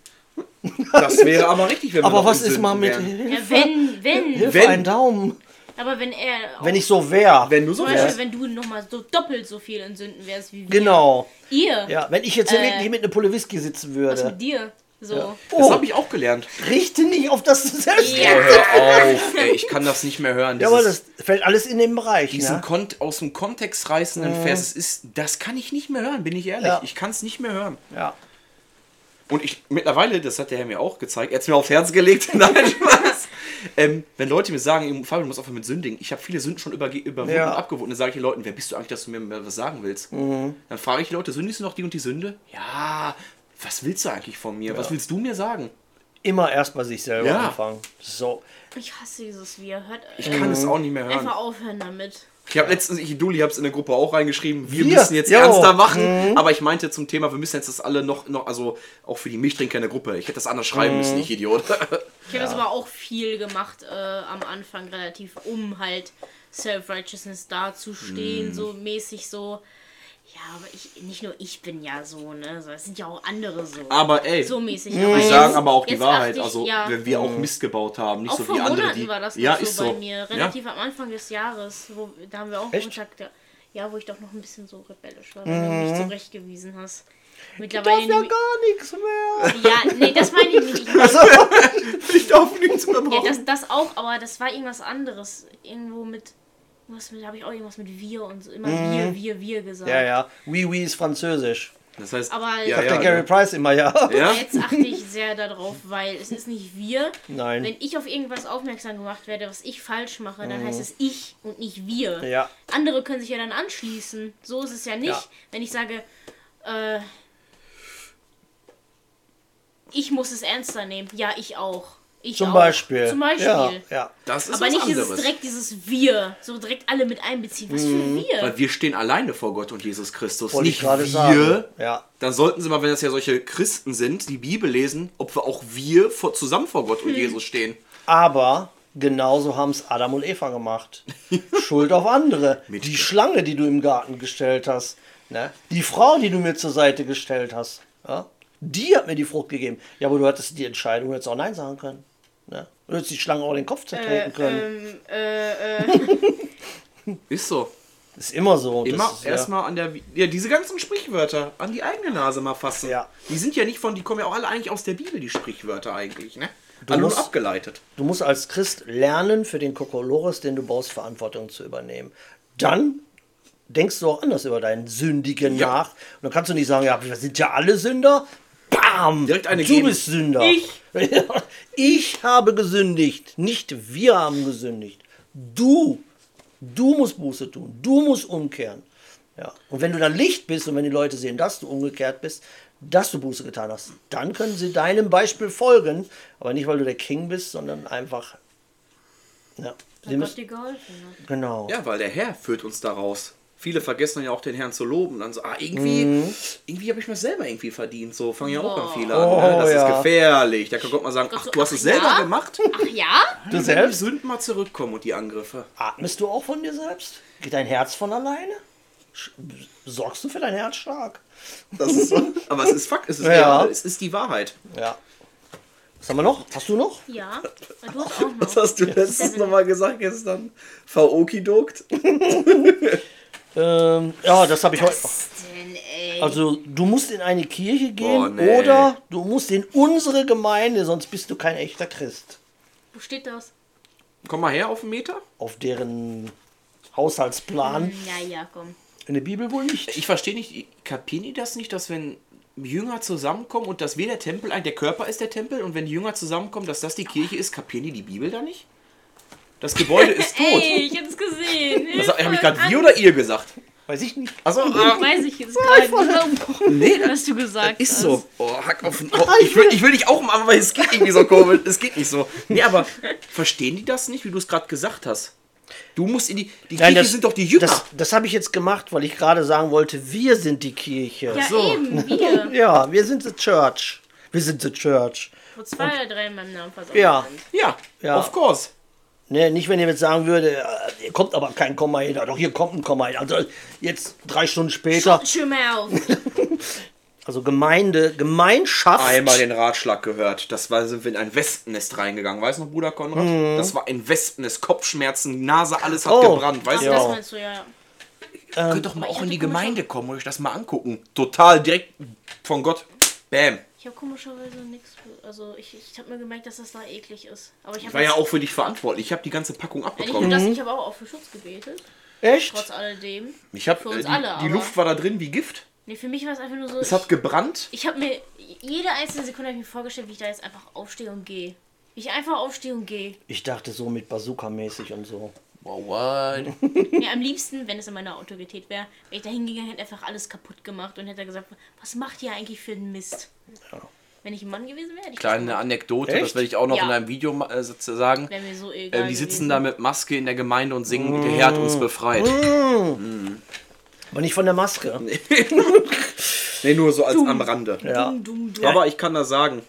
Das wäre aber richtig, wenn wir Aber noch was in ist mal Sünden mit wären. Ja, Hilfe? wenn, wenn. Hilfe, Wenn- einen Daumen. Aber wenn er. Wenn ich so wäre. Wenn du so Zum Beispiel, wärst. wenn du nochmal so doppelt so viel in Sünden wärst wie wir. Genau. Ihr. Ja, wenn ich jetzt hier Äh. wirklich mit einer Pulle Whisky sitzen Was würde. mit dir? So. Ja. Das Oh, habe ich auch gelernt. richte nicht auf das du selbst Ja. Oh, hör auf, ey, ich kann das nicht mehr hören. Ja, aber Dieses- das fällt alles in den Bereich. Diesen Ne? Kont aus dem Kontext reißenden Vers, es ist, das kann ich nicht mehr hören, bin ich ehrlich. Ja. Ich kann es nicht mehr hören. Ja. Und ich mittlerweile, das hat der Herr mir auch gezeigt, er hat es mir aufs Herz gelegt. Nein, Spaß. Ähm, wenn Leute mir sagen, Fabian, du musst aufhören mit Sündigen, ich habe viele Sünden schon über, überwunden Ja. und abgewogen, dann sage ich den Leuten, wer bist du eigentlich, dass du mir was sagen willst? Dann frage ich die Leute, sündigst du noch die und die Sünde? Ja, was willst du eigentlich von mir? Was willst du mir sagen? Immer erst bei sich selber Ja. anfangen. So. Ich hasse dieses Wir. Hört Ich kann es auch nicht mehr hören. einfach aufhören damit. Ich habe letztens, ich Duli, habe es in der Gruppe auch reingeschrieben, wir, Wir? müssen jetzt Jo. ernster machen. Aber ich meinte zum Thema, wir müssen jetzt das alle noch, noch, also auch für die Milchtrinker in der Gruppe. Ich hätte das anders schreiben müssen, ich Idiot. Ich habe das aber auch viel gemacht äh, am Anfang relativ, um halt Self-Righteousness dazustehen, so mäßig so. Ja, aber ich, nicht nur ich bin ja so, ne? So, es sind ja auch andere so. Aber ey, so mäßig. die jetzt- sagen aber auch die jetzt Wahrheit. achte ich, Also ja, wenn wir auch Mist gebaut haben, nicht auch so vor wie andere, Monaten die. war das noch ja, so ist bei so. mir. Ja. Relativ am Anfang des Jahres, wo, da haben wir auch Echt? Kontakt. Ja, wo ich doch noch ein bisschen so rebellisch war, wenn du Mhm. mich zurechtgewiesen hast. Darf Mittlerweile ja nehme ich- gar nichts mehr. Ja, nee, das meine ich nicht. Ich meine, Ich darf nichts mehr ja, brauchen. das, das auch, aber das war irgendwas anderes. Irgendwo mit. Was mit, habe ich auch irgendwas mit wir und so. Immer wir, wir, wir gesagt. Ja, ja. Oui, oui ist französisch. Das heißt, Aber ja, Sagt ja, der Gary ja. Price immer, ja. Ja? jetzt achte ich sehr darauf, weil es ist nicht wir. Nein. Wenn ich auf irgendwas aufmerksam gemacht werde, was ich falsch mache, dann heißt es ich und nicht wir. Ja. Andere können sich ja dann anschließen. So ist es ja nicht. Ja. Wenn ich sage, äh, ich muss es ernster nehmen. Ja, ich auch. Ich Zum auch. Beispiel. Zum Beispiel. Ja, ja. Das ist Aber was nicht anderes. dieses direkt dieses Wir, so direkt alle mit einbeziehen. Was Mhm. für Wir? Weil wir stehen alleine vor Gott und Jesus Christus. Wollte ich nicht gerade wir. sagen. Ja. Dann sollten sie mal, wenn das ja solche Christen sind, die Bibel lesen, ob wir auch wir vor, zusammen vor Gott und Jesus stehen. Aber genauso haben es Adam und Eva gemacht. Schuld auf andere. Die Schlange, die du im Garten gestellt hast. Ne? Die Frau, die du mir zur Seite gestellt hast. Ja? Die hat mir die Frucht gegeben. Ja, aber du hattest die Entscheidung, du hättest auch Nein sagen können. Ne? Du hättest die Schlange auch den Kopf zertreten können. Ähm, äh, äh, Ist so. Ist immer so. Und Immer das ist, ja, erstmal an der, ja, diese ganzen Sprichwörter an die eigene Nase mal fassen. Ja. Die sind ja nicht von, die kommen ja auch alle eigentlich aus der Bibel, die Sprichwörter eigentlich, ne? Du Alle nur musst- abgeleitet. Du musst als Christ lernen, für den Kokolores, den du baust, Verantwortung zu übernehmen. Dann denkst du auch anders über deinen Sündigen Ja. nach. Und dann kannst du nicht sagen, ja, wir sind ja alle Sünder. Bam! Direkt eine du geben. bist Sünder. Ich. Ja, ich habe gesündigt, nicht wir haben gesündigt. Du, du musst Buße tun, du musst umkehren. Ja. Und wenn du dann Licht bist und wenn die Leute sehen, dass du umgekehrt bist, dass du Buße getan hast, dann können sie deinem Beispiel folgen, aber nicht, weil du der King bist, sondern einfach, ja, sie Gott müssen, dir geholfen hat. genau. Ja, weil der Herr führt uns daraus. Viele vergessen ja auch den Herrn zu loben. Dann so, ah, irgendwie, irgendwie habe ich mir selber irgendwie verdient. So fangen ja auch Boah. ganz viele an. Ne? Das Oh, ja. ist gefährlich. Da kann Gott mal sagen, Doch ach, so, du hast ach es selber ja? gemacht. Ach ja? Du Wenn die selbst? Sünden mal zurückkommen und die Angriffe. Atmest du auch von dir selbst? Geht dein Herz von alleine? Sch- Sorgst du für dein Herz stark? Das ist so. Aber es ist Fakt, es ist Ja. real, es ist die Wahrheit. Ja. Was haben wir noch? Hast du noch? Ja. Du hast auch noch. Was hast du letztens nochmal gesagt gestern? V-Okidokt? Ähm, ja, das habe ich heute noch. Was denn, ey? Also, du musst in eine Kirche gehen Oh, nee. oder du musst in unsere Gemeinde, sonst bist du kein echter Christ. Wo steht das? Komm mal her auf den Meter. Auf deren Haushaltsplan. Ja, ja, komm. In der Bibel wohl nicht. Ich verstehe nicht, kapieren die das nicht, dass wenn Jünger zusammenkommen und dass wir der Tempel, der Körper ist der Tempel und wenn die Jünger zusammenkommen, dass das die Kirche ist, kapieren die die Bibel da nicht? Das Gebäude ist tot. Ey, ich hab's gesehen. Was habe ich gerade wir oder ihr gesagt? Weiß ich nicht. Also, Weiß ich jetzt gerade nicht, nee, das was du gesagt ist hast. so. Oh, hack auf den. Oh, ich, will, ich will dich auch umarmen, aber es geht irgendwie so komisch. Es geht nicht so. Nee, aber verstehen die das nicht, wie du es gerade gesagt hast? Du musst in die. Die Nein, Kirche das, sind doch die Jünger. Das, das habe ich jetzt gemacht, weil ich gerade sagen wollte, wir sind die Kirche. Ja, so. eben, wir. Ja, wir sind the Church. Wir sind the Church. Wo zwei oder drei in meinem Namen versammelt Ja. sind. ja, Ja. of course. Ne, nicht, wenn ihr jetzt sagen würde, äh, hier kommt aber kein Komma hin. Doch, hier kommt ein Komma hin. Also jetzt drei Stunden später. Shut your mouth. Also Gemeinde, Gemeinschaft. Einmal den Ratschlag gehört. Das war, sind wir in ein Wespennest reingegangen. Weißt du noch, Bruder Konrad? Das war ein Wespennest. Kopfschmerzen, Nase, alles hat Oh. gebrannt. Weißt Ja. du? Das meinst du, ja. Ihr könnt doch mal ich auch in hatte die komische- Gemeinde kommen und euch das mal angucken. Total direkt von Gott. Bam. Ich habe komischerweise nichts. Also ich, ich habe mir gemerkt, dass das da eklig ist. Aber ich Ich habe war ja auch für dich verantwortlich. Ich habe die ganze Packung Nicht nur abbekommen. das, ich habe auch für Schutz gebetet. Echt? Trotz alledem. Ich hab, Für äh, uns die, alle, die aber- Luft war da drin wie Gift. Nee, für mich war es einfach nur so. Es hat gebrannt. Ich habe mir jede einzelne Sekunde hab ich mir vorgestellt, wie ich da jetzt einfach aufstehe und gehe. Wie ich einfach aufstehe und gehe. Ich dachte so mit Bazooka-mäßig und so. Wow, what? Mir am liebsten, wenn es in meiner Autorität wäre, wäre ich da hingegangen, hätte einfach alles kaputt gemacht und hätte gesagt, was macht ihr eigentlich für einen Mist? Ja. Wenn ich ein Mann gewesen wäre, hätte ich Kleine das gemacht. Anekdote, Echt? das werde ich auch noch Ja. in einem Video ma- äh, sagen. Wäre mir so egal Ähm, die sitzen gewesen. da mit Maske in der Gemeinde und singen, der Herr hat uns befreit. Aber nicht von der Maske. Nee, nur so als am Rande. Ja. Dumm, dumm, dumm. Aber ich kann da sagen,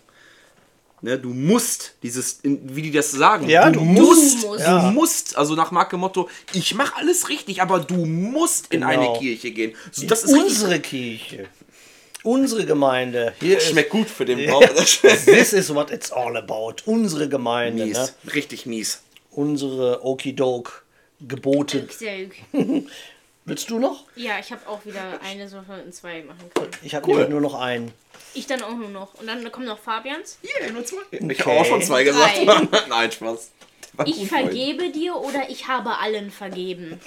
ne, du musst dieses, in, wie die das sagen, Ja, du, du musst, musst. du Ja. musst, also nach Marke Motto, ich mache alles richtig, aber du musst in Genau. eine Kirche gehen. So, das ist richtig, Unsere Kirche. Unsere Gemeinde. Hier schmeckt gut für den ist, Bauch. This is what it's all about. Unsere Gemeinde. Mies, Ne? richtig mies. Unsere Okidok Gebote. Sehr gut. Willst du noch? Ja, ich habe auch wieder eine Sache in zwei machen können. Ich habe Cool. nämlich nur noch einen. Ich dann auch nur noch. Und dann kommen noch Fabians. Yeah, nur zwei. Ich Okay. habe auch schon zwei gesagt. Drei. Nein, Spaß. War Ich gut, vergebe dir oder ich habe allen vergeben.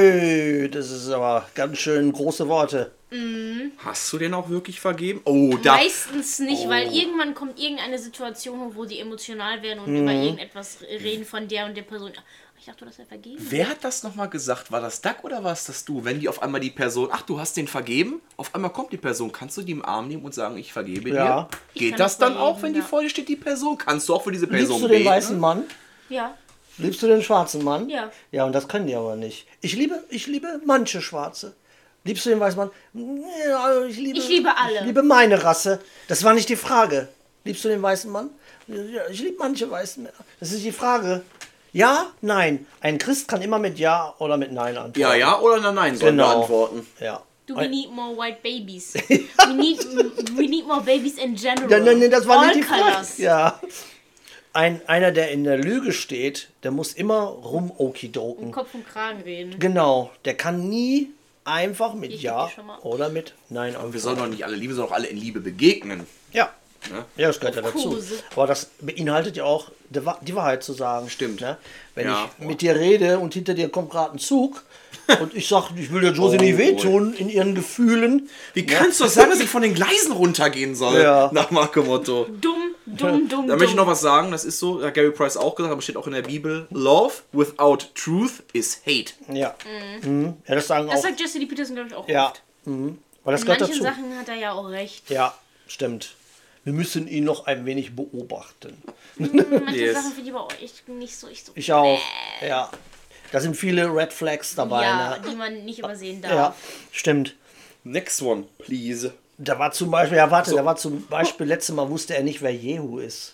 Ui, das ist aber ganz schön große Worte. Freund. Hast du den auch wirklich vergeben? Oh, da. Meistens nicht, weil irgendwann kommt irgendeine Situation, wo die emotional werden und über irgendetwas reden von der und der Person. Ich dachte, du hast ja vergeben. Wer hat das nochmal gesagt? War das Duck oder war es das du? Wenn die auf einmal die Person, ach, du hast den vergeben, auf einmal kommt die Person, kannst du die im Arm nehmen und sagen, ich vergebe Ja. dir? Ich Geht kann das das dann auch, vergeben, wenn die ja. vor dir steht, die Person? Kannst du auch für diese Person Liebst du den beten? weißen Mann? Ja. Liebst du den schwarzen Mann? Ja. Ja, und das können die aber nicht. Ich liebe, ich liebe manche Schwarze. Liebst du den weißen Mann? Ja, ich liebe, Ich liebe alle. Ich liebe meine Rasse. Das war nicht die Frage. Liebst du den weißen Mann? Ja, ich liebe manche weißen Männer. Das ist die Frage. Ja, nein. Ein Christ kann immer mit Ja oder mit Nein antworten. Ja, ja oder nein, nein, sollen wir Genau. antworten. Ja. Do we need more white babies? we, need, we need more babies in general. Ja, nein, nein, das war All nicht die Frage. colors. Ja. Ein, einer, der in der Lüge steht, der muss immer Um rumokidoken. Kopf und Kragen reden. Genau. Der kann nie einfach mit Ich Ja hab die schon mal. oder mit Nein antworten. Wir sollen doch nicht alle Liebe, sondern auch alle in Liebe begegnen. Ja. Ne? Ja, das gehört ja dazu. Kose. Aber das beinhaltet ja auch, die Wa- die Wahrheit zu sagen. Stimmt. Ne? Wenn Ja. ich mit dir rede und hinter dir kommt gerade ein Zug und ich sage, ich will der Josie Oh, nicht wehtun in ihren Gefühlen. Wie kannst du das sagen, dass ich von den Gleisen runtergehen soll? Ja. Nach Marco Motto. Dumm, dumm, dumm, Da möchte ich noch dumm. was sagen, das ist so, hat Gary Price auch gesagt, aber steht auch in der Bibel, Love without truth is hate. Ja. Mhm. Ja, das sagen Das auch. sagt Jesse Lee Peterson, glaube ich, auch Ja. oft. Mhm. Weil das In gehört manchen dazu. Sachen hat er ja auch recht. Ja, stimmt. Wir müssen ihn noch ein wenig beobachten. Manche Yes. Sachen finde ich aber auch echt nicht so. Ich, so Ich auch. Ja. Da sind viele Red Flags dabei. Ja, Ne? die man nicht übersehen darf. Ja, stimmt. Next one, please. Da war zum Beispiel, ja warte, da war zum Beispiel, letztes Mal wusste er nicht, wer Jehu ist.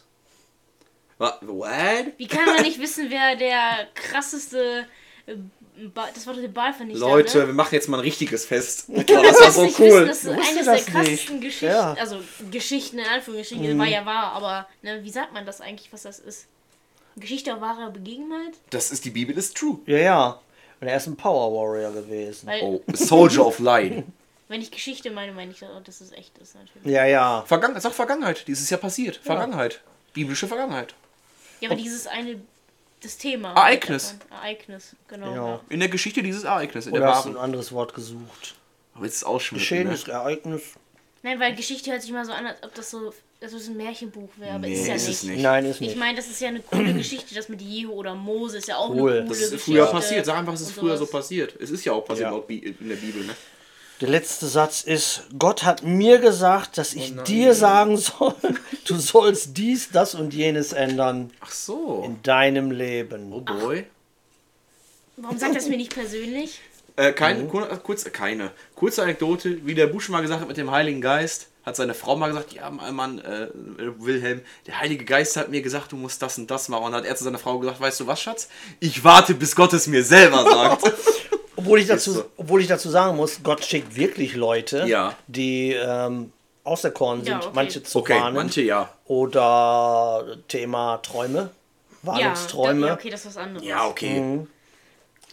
Wa- What? Wie kann man nicht wissen, wer der krasseste. äh, Ba- Das war doch der Ballvernichter. Leute, ne? wir machen jetzt mal ein richtiges Fest. Boah, Das das war ist so nicht cool. wissen, das ist Wusste eines das der krassesten nicht. Geschichten. Ja. Also Geschichten in Anführungsstrichen, war ja wahr, aber ne, wie sagt man das eigentlich, was das ist? Geschichte auf wahrer Begebenheit? Das ist, die Bibel ist true. Ja, ja. Und er ist ein Power Warrior gewesen. Weil, Oh, a Soldier of Light. wenn ich Geschichte meine, meine ich, dass es echt ist natürlich. Ja, ja. Vergangen, sag Vergangenheit. Dieses Jahr passiert. Vergangenheit. Biblische Vergangenheit. Ja, aber dieses eine, das Thema. Ereignis. Ereignis, genau. Ja. Ja. In der Geschichte dieses Ereignisses. In der Oder hast du wahren. ein anderes Wort gesucht? Aber jetzt ist es ausschmücken. Geschehen Ne? ist Ereignis. Nein, weil Geschichte hört sich mal so an, als ob das so, als ob es ein Märchenbuch wäre, aber Nee, ist ja ist nicht. es nicht. Nein, ist Ich nicht. meine, das ist ja eine coole Geschichte, das mit Jehu oder Mose ist ja auch Cool. eine coole Das ist Geschichte. früher passiert. Sag einfach, es ist und früher so sowas. passiert. Es ist ja auch passiert Ja. laut Bi- in der Bibel. Ne? Der letzte Satz ist, Gott hat mir gesagt, dass ich dir sagen soll, du sollst dies, das und jenes ändern Ach so. in deinem Leben. Oh boy. Warum sagt das mir nicht persönlich? Äh, keine, Mhm. kur- kurz, keine. Kurze Anekdote, wie der Busch mal gesagt hat mit dem Heiligen Geist, hat seine Frau mal gesagt, ja Mann, äh, Wilhelm, der Heilige Geist hat mir gesagt, du musst das und das machen. Und dann hat er zu seiner Frau gesagt, weißt du was, Schatz? Ich warte, bis Gott es mir selber sagt. Obwohl ich, dazu, Ist so. obwohl ich dazu sagen muss, Gott schickt wirklich Leute, Ja. die ähm, auserkoren sind, Ja, okay. manche zu Okay, warnen. manche ja. Oder Thema Träume, Ja, Warnungsträume. ja, okay, das ist was anderes. Ja, okay. Mhm.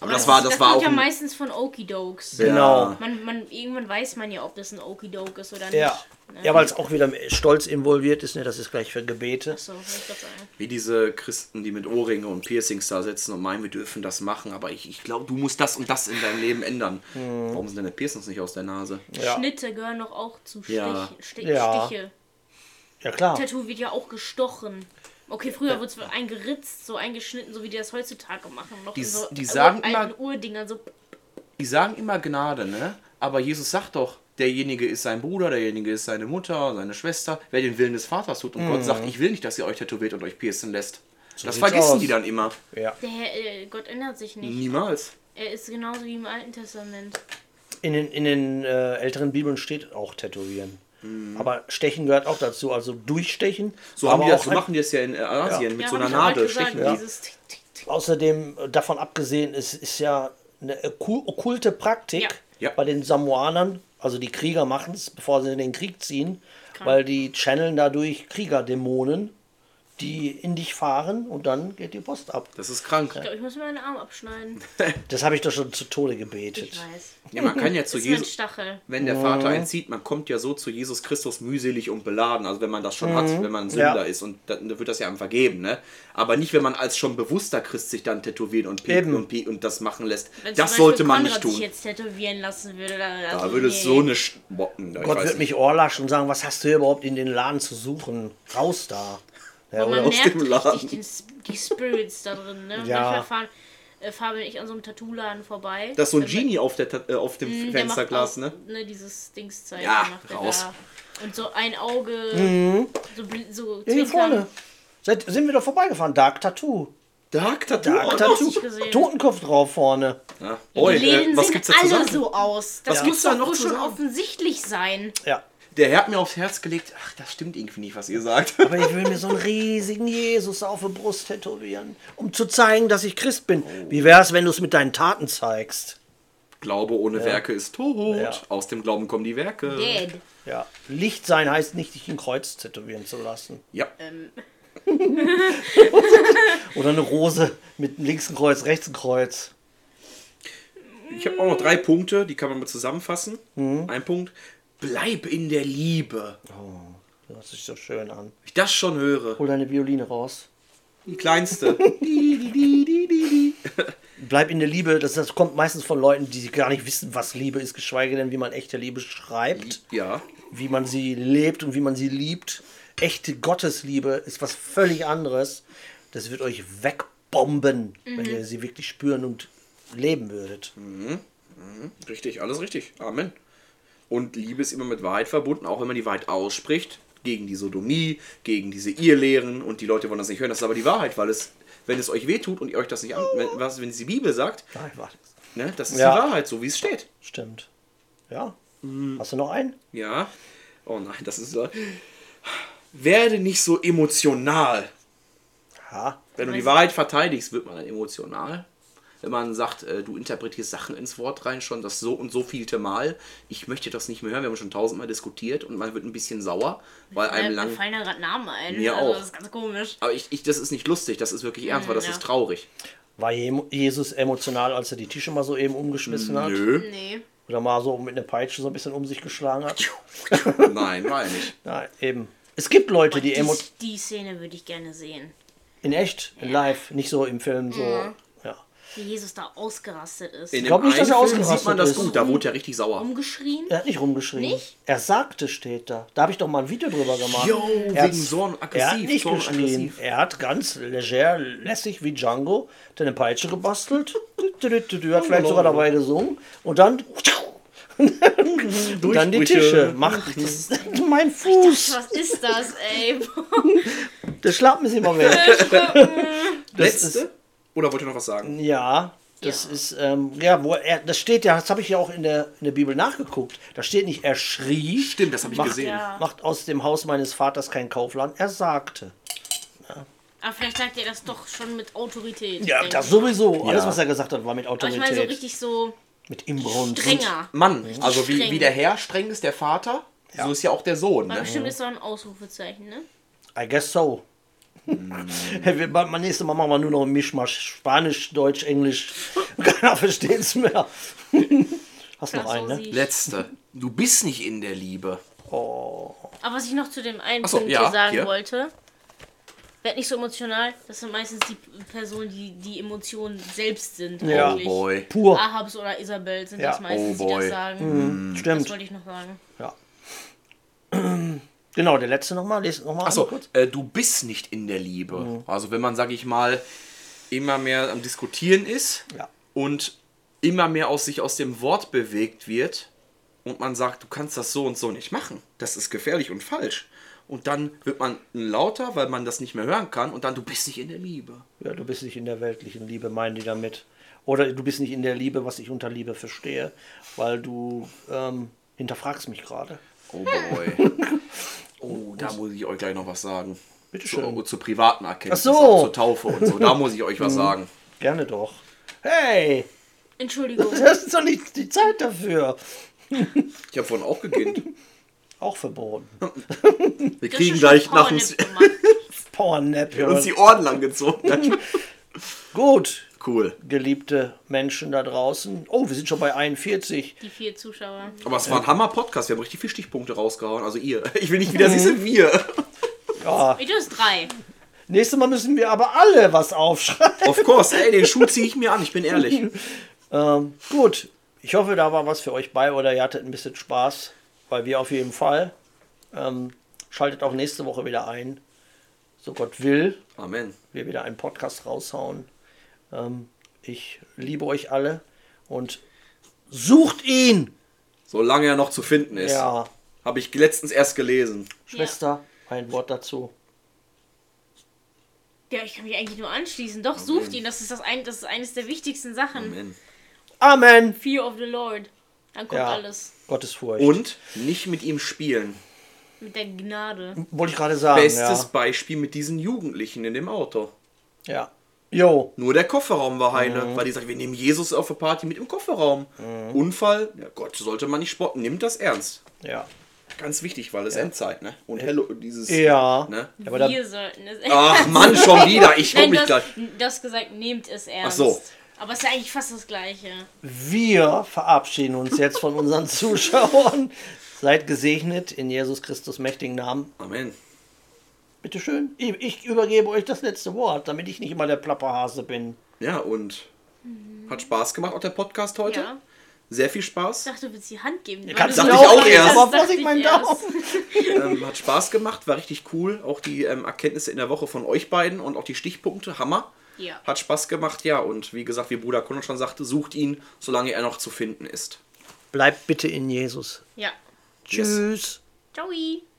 Aber das war, das, das war kommt auch ja ein, meistens von Okidokes. Genau. Man, man, irgendwann weiß man ja, ob das ein Okidoke ist oder nicht. Ja, Ne? ja weil es auch wieder Stolz involviert ist, ne? Das ist gleich für Gebete. So, wollte ich grad sagen. wie diese Christen, die mit Ohrringe und Piercings da sitzen und meinen, wir dürfen das machen, aber ich, ich glaube, du musst das und das in deinem Leben ändern. Warum sind deine Piercings nicht aus der Nase? Ja. Schnitte gehören doch auch zu Stich, Ja. Stich, Ja. Stiche. Ja, klar. Tattoo wird ja auch gestochen. Okay, früher wurde es eingeritzt, so eingeschnitten, so wie die das heutzutage machen. Noch Die- in so die sagen alten immer- Urdinger, so. Die sagen immer Gnade, ne? Aber Jesus sagt doch, derjenige ist sein Bruder, derjenige ist seine Mutter, seine Schwester, wer den Willen des Vaters tut. Und Gott sagt, ich will nicht, dass ihr euch tätowiert und euch piercen lässt. das sieht's vergessen aus. die dann immer. Ja. Der Herr, äh, Gott ändert sich nicht. Niemals. Er ist genauso wie im Alten Testament. In den, in den äh, älteren Bibeln steht auch Tätowieren. Aber Stechen gehört auch dazu, also durchstechen. So, aber haben die das, auch so ein- machen die das ja in äh, Asien mit Ja, so hab einer ich auch Nadel. gesagt, Stechen. Ja. dieses Tick, Tick, Tick. Außerdem, äh, davon abgesehen, es ist ja eine okku- okkulte Praktik Ja. Ja. bei den Samoanern. Also die Krieger machen es, bevor sie in den Krieg ziehen, Krank. weil die channeln dadurch Kriegerdämonen, die in dich fahren und dann geht die Post ab. Das ist krank. Ich glaube, ich muss mir meinen Arm abschneiden. Das habe ich doch schon zu Tode gebetet. Ich weiß. Ja, man kann ja zu Das ist mein Jesus, Stachel. wenn der Vater einen zieht, man kommt ja so zu Jesus Christus mühselig und beladen. Also wenn man das schon hat, wenn man ein Sünder Ja. ist und dann wird das ja einem vergeben, ne? Aber nicht, wenn man als schon bewusster Christ sich dann tätowieren und Eben. pieken und, pieken und das machen lässt. Wenn Das zum sollte Beispiel man Konrad nicht sich tun. jetzt tätowieren lassen würde, dann, Da also, würde es nee. so eine Schmocken. Gott wird mich ohrlaschen und sagen, was hast du hier überhaupt in den Laden zu suchen? Raus da. Ja, Und oder? man aus merkt dem Laden. richtig den, S- die Spirits da drin, ne? Ja. Manchmal fahren, äh, fahren wir nicht an so einem Tattoo-Laden vorbei. Das ist so ein Dann- Genie auf, der, Ta- äh, auf dem Mm, der macht Fensterglas, auch, ne? ne? Dieses Dingszeichen Ja, macht er raus. da. Und so ein Auge, so, bl- so Ja, hier zwinkern. vorne. Seid, sind wir doch vorbeigefahren. Dark Tattoo. Dark Tattoo. Dark Oh, Tattoo. ich gesehen. Totenkopf drauf vorne. Ja. Die Oi, Läden äh, was sehen gibt's da zu alle sagen? so aus. Das Was muss gibt's da doch noch wohl zu schon sagen? offensichtlich sein. Ja. Der Herr hat mir aufs Herz gelegt, ach, das stimmt irgendwie nicht, was ihr sagt. Aber ich will mir so einen riesigen Jesus auf der Brust tätowieren, um zu zeigen, dass ich Christ bin. Wie wär's, wenn du es mit deinen Taten zeigst? Glaube ohne Werke ist tot. Ja. Aus dem Glauben kommen die Werke. Dead. Ja. Licht sein heißt nicht, dich ein Kreuz tätowieren zu lassen. Ja. Ähm, Oder eine Rose mit links ein Kreuz, rechts ein Kreuz. Ich habe auch noch drei Punkte, die kann man mal zusammenfassen. Mhm. Ein Punkt. Bleib in der Liebe. Das hört sich so schön an. Wenn ich das schon höre. Hol deine Violine raus. Die kleinste. Bleib in der Liebe, das, das kommt meistens von Leuten, die gar nicht wissen, was Liebe ist, geschweige denn, wie man echte Liebe schreibt, Ja. wie man sie lebt und wie man sie liebt. Echte Gottesliebe ist was völlig anderes. Das wird euch wegbomben, wenn ihr sie wirklich spüren und leben würdet. Richtig, alles richtig. Amen. Und Liebe ist immer mit Wahrheit verbunden, auch wenn man die Wahrheit ausspricht. Gegen die Sodomie, gegen diese Irrlehren und die Leute wollen das nicht hören. Das ist aber die Wahrheit, weil es, wenn es euch wehtut und ihr euch das nicht an, wenn, was, wenn es die Bibel sagt, Nein, warte. ne, das ist Ja. die Wahrheit, so wie es steht. Stimmt. Ja. Hast du noch einen? Ja. Oh nein, das ist so. Werde nicht so emotional. Ja. Wenn du die Wahrheit verteidigst, wird man dann emotional. Wenn man sagt, äh, du interpretierst Sachen ins Wort rein, schon das so und so vielte Mal. Ich möchte das nicht mehr hören, wir haben schon tausendmal diskutiert und man wird ein bisschen sauer, weil einem Mir lang. fallen da gerade Namen ein. Mir also, auch. Das ist ganz komisch. Aber ich, ich, das ist nicht lustig, das ist wirklich ernst, weil das ja. ist traurig. War Je- Jesus emotional, als er die Tische mal so eben umgeschmissen hat? Nö. Nee. Oder mal so mit einer Peitsche so ein bisschen um sich geschlagen hat? Nein, war er nicht. Nein, eben. Es gibt Leute, die Die, emo die Szene würde ich gerne sehen. in echt, in live, nicht so im Film, so. Mhm. Ja. Wie Jesus da ausgerastet ist. In glaub dem nicht, dass er einen Film ausgerastet sieht man das ist. gut, da wurde er richtig sauer. Umgeschrien? Er hat nicht rumgeschrien. Nicht? Er sagte, steht da. Da habe ich doch mal ein Video drüber gemacht. Jo, er wegen hat- Zorn aggressiv, Er hat nicht Zorn geschrien. aggressiv. Er hat ganz leger, lässig wie Django eine Peitsche gebastelt. Du, du, du, du, hat vielleicht sogar dabei gesungen. Und dann... Und dann die Durchbrüche. Tische. Mach das ist mein Fuß. Was ist das, ey? Der Schlappen ist immer weg. Das Letzte? ist, Oder wollt ihr noch was sagen? ja, das Ja. ist, ähm, ja, wo er, das steht ja, das habe ich ja auch in der, in der Bibel nachgeguckt. Da steht nicht, er schrie. Stimmt, das habe ich macht, gesehen. Ja. Macht aus dem Haus meines Vaters kein Kaufland. Er sagte. Aber vielleicht sagt er das doch schon mit Autorität. Ja, denke das ich. sowieso. Alles, Ja. was er gesagt hat, war mit Aber ich Autorität. meine so richtig so mit Inbrunst. strenger. Mann, also wie, Streng. wie der Herr streng ist, der Vater, so ist ja auch der Sohn. Weil Ne? bestimmt ist doch ein Ausrufezeichen, ne? I guess so. Hey, wir, beim nächsten Mal machen wir nur noch ein Mischmasch. Spanisch, Deutsch, Englisch. Keiner versteht es mehr. Hast noch einen, ne? Französisch. Letzte. Du bist nicht in der Liebe. Oh. Aber was ich noch zu dem einen Ach so, Punkt ja, hier sagen hier. wollte, werd nicht so emotional, das sind meistens die Personen, die die Emotionen selbst sind. Ja. eigentlich. Oh boy. Pur. Ahabs oder Isabel sind Ja. das meistens, Oh die boy. das sagen. Das Stimmt. wollte ich noch sagen. Ja. Genau, der letzte nochmal. Lest nochmal Achso, kurz. äh, du bist nicht in der Liebe. Also wenn man, sag ich mal, immer mehr am Diskutieren ist Ja. und immer mehr aus sich aus dem Wort bewegt wird und man sagt, du kannst das so und so nicht machen. Das ist gefährlich und falsch. Und dann wird man lauter, weil man das nicht mehr hören kann und dann, du bist nicht in der Liebe. Ja, du bist nicht in der weltlichen Liebe, meinen die damit. Oder du bist nicht in der Liebe, was ich unter Liebe verstehe, weil du ähm, hinterfragst mich gerade. Oh boy. Oh, da muss ich euch gleich noch was sagen. Bitte Zu, schön. zu privaten Erkenntnissen, Ach so. auch zur Taufe und so. Da muss ich euch was sagen. Gerne doch. Hey, Entschuldigung. das ist doch nicht die Zeit dafür. Ich habe vorhin auch gegönnt. Auch verboten. Wir Du hast kriegen schon gleich nach Powernap uns, gemacht. Powernap. Ja. uns die Ohren lang gezogen. Gut, Cool. geliebte Menschen da draußen. Oh, wir sind schon bei einundvierzig. Die vier Zuschauer. Aber es war ein Hammer-Podcast. Wir haben richtig viele Stichpunkte rausgehauen. Also ihr. Ich will nicht wieder, sie sind wir. Ja. Ich tue es drei. Nächstes Mal müssen wir aber alle was aufschreiben. Of course. Ey, den Schuh ziehe ich mir an. Ich bin ehrlich. Ähm, gut, ich hoffe, da war was für euch bei oder ihr hattet ein bisschen Spaß, weil wir auf jeden Fall. Ähm, schaltet auch nächste Woche wieder ein, so Gott will, Amen. wir wieder einen Podcast raushauen. Ähm, ich liebe euch alle und sucht ihn! Solange er noch zu finden ist. Ja, Habe ich letztens erst gelesen. Schwester, ein Wort dazu. Ja, ich kann mich eigentlich nur anschließen. Doch, sucht ihn. Das ist, das, ein, das ist eines der wichtigsten Sachen. Amen. Amen! Fear of the Lord. Dann kommt Ja. alles. Gottesfurcht. Und nicht mit ihm spielen. Mit der Gnade. Wollte ich gerade sagen, Bestes Beispiel mit diesen Jugendlichen in dem Auto. ja. Ja. Jo, Nur der Kofferraum war heile, Mhm. weil die sagen, wir nehmen Jesus auf der Party mit im Kofferraum. Unfall, ja Gott, sollte man nicht spotten, nimmt das ernst. ja. Ganz wichtig, weil es Endzeit, ne? Und Hello, dieses... Ja. Ne? Aber da, Wir sollten es Ach Mann, schon wieder, ich hab Nein, mich das, gleich... das gesagt, nehmt es ernst. Ach so. Aber es ist ja eigentlich fast das Gleiche. wir verabschieden uns jetzt von unseren Zuschauern. Seid gesegnet in Jesus Christus mächtigen Namen. Amen. Bitteschön. Ich, ich übergebe euch das letzte Wort, damit ich nicht immer der Plapperhase bin. Ja, und hat Spaß gemacht, auch der Podcast heute. Ja. Sehr viel Ich Spaß. dachte, du willst die Hand geben. Ja, kannst du du mir mir auch auch erst. erst. Aber Das dachte Vorsicht, ich mein erst. Daumen. ähm, hat Spaß gemacht, war richtig cool. Auch die ähm, Erkenntnisse in der Woche von euch beiden und auch die Stichpunkte, Hammer. Ja. Hat Spaß gemacht, ja. Und wie gesagt, wie Bruder Conor schon sagte, sucht ihn, solange er noch zu finden ist. Bleibt bitte in Jesus. Ja. Tschüss. Ciao.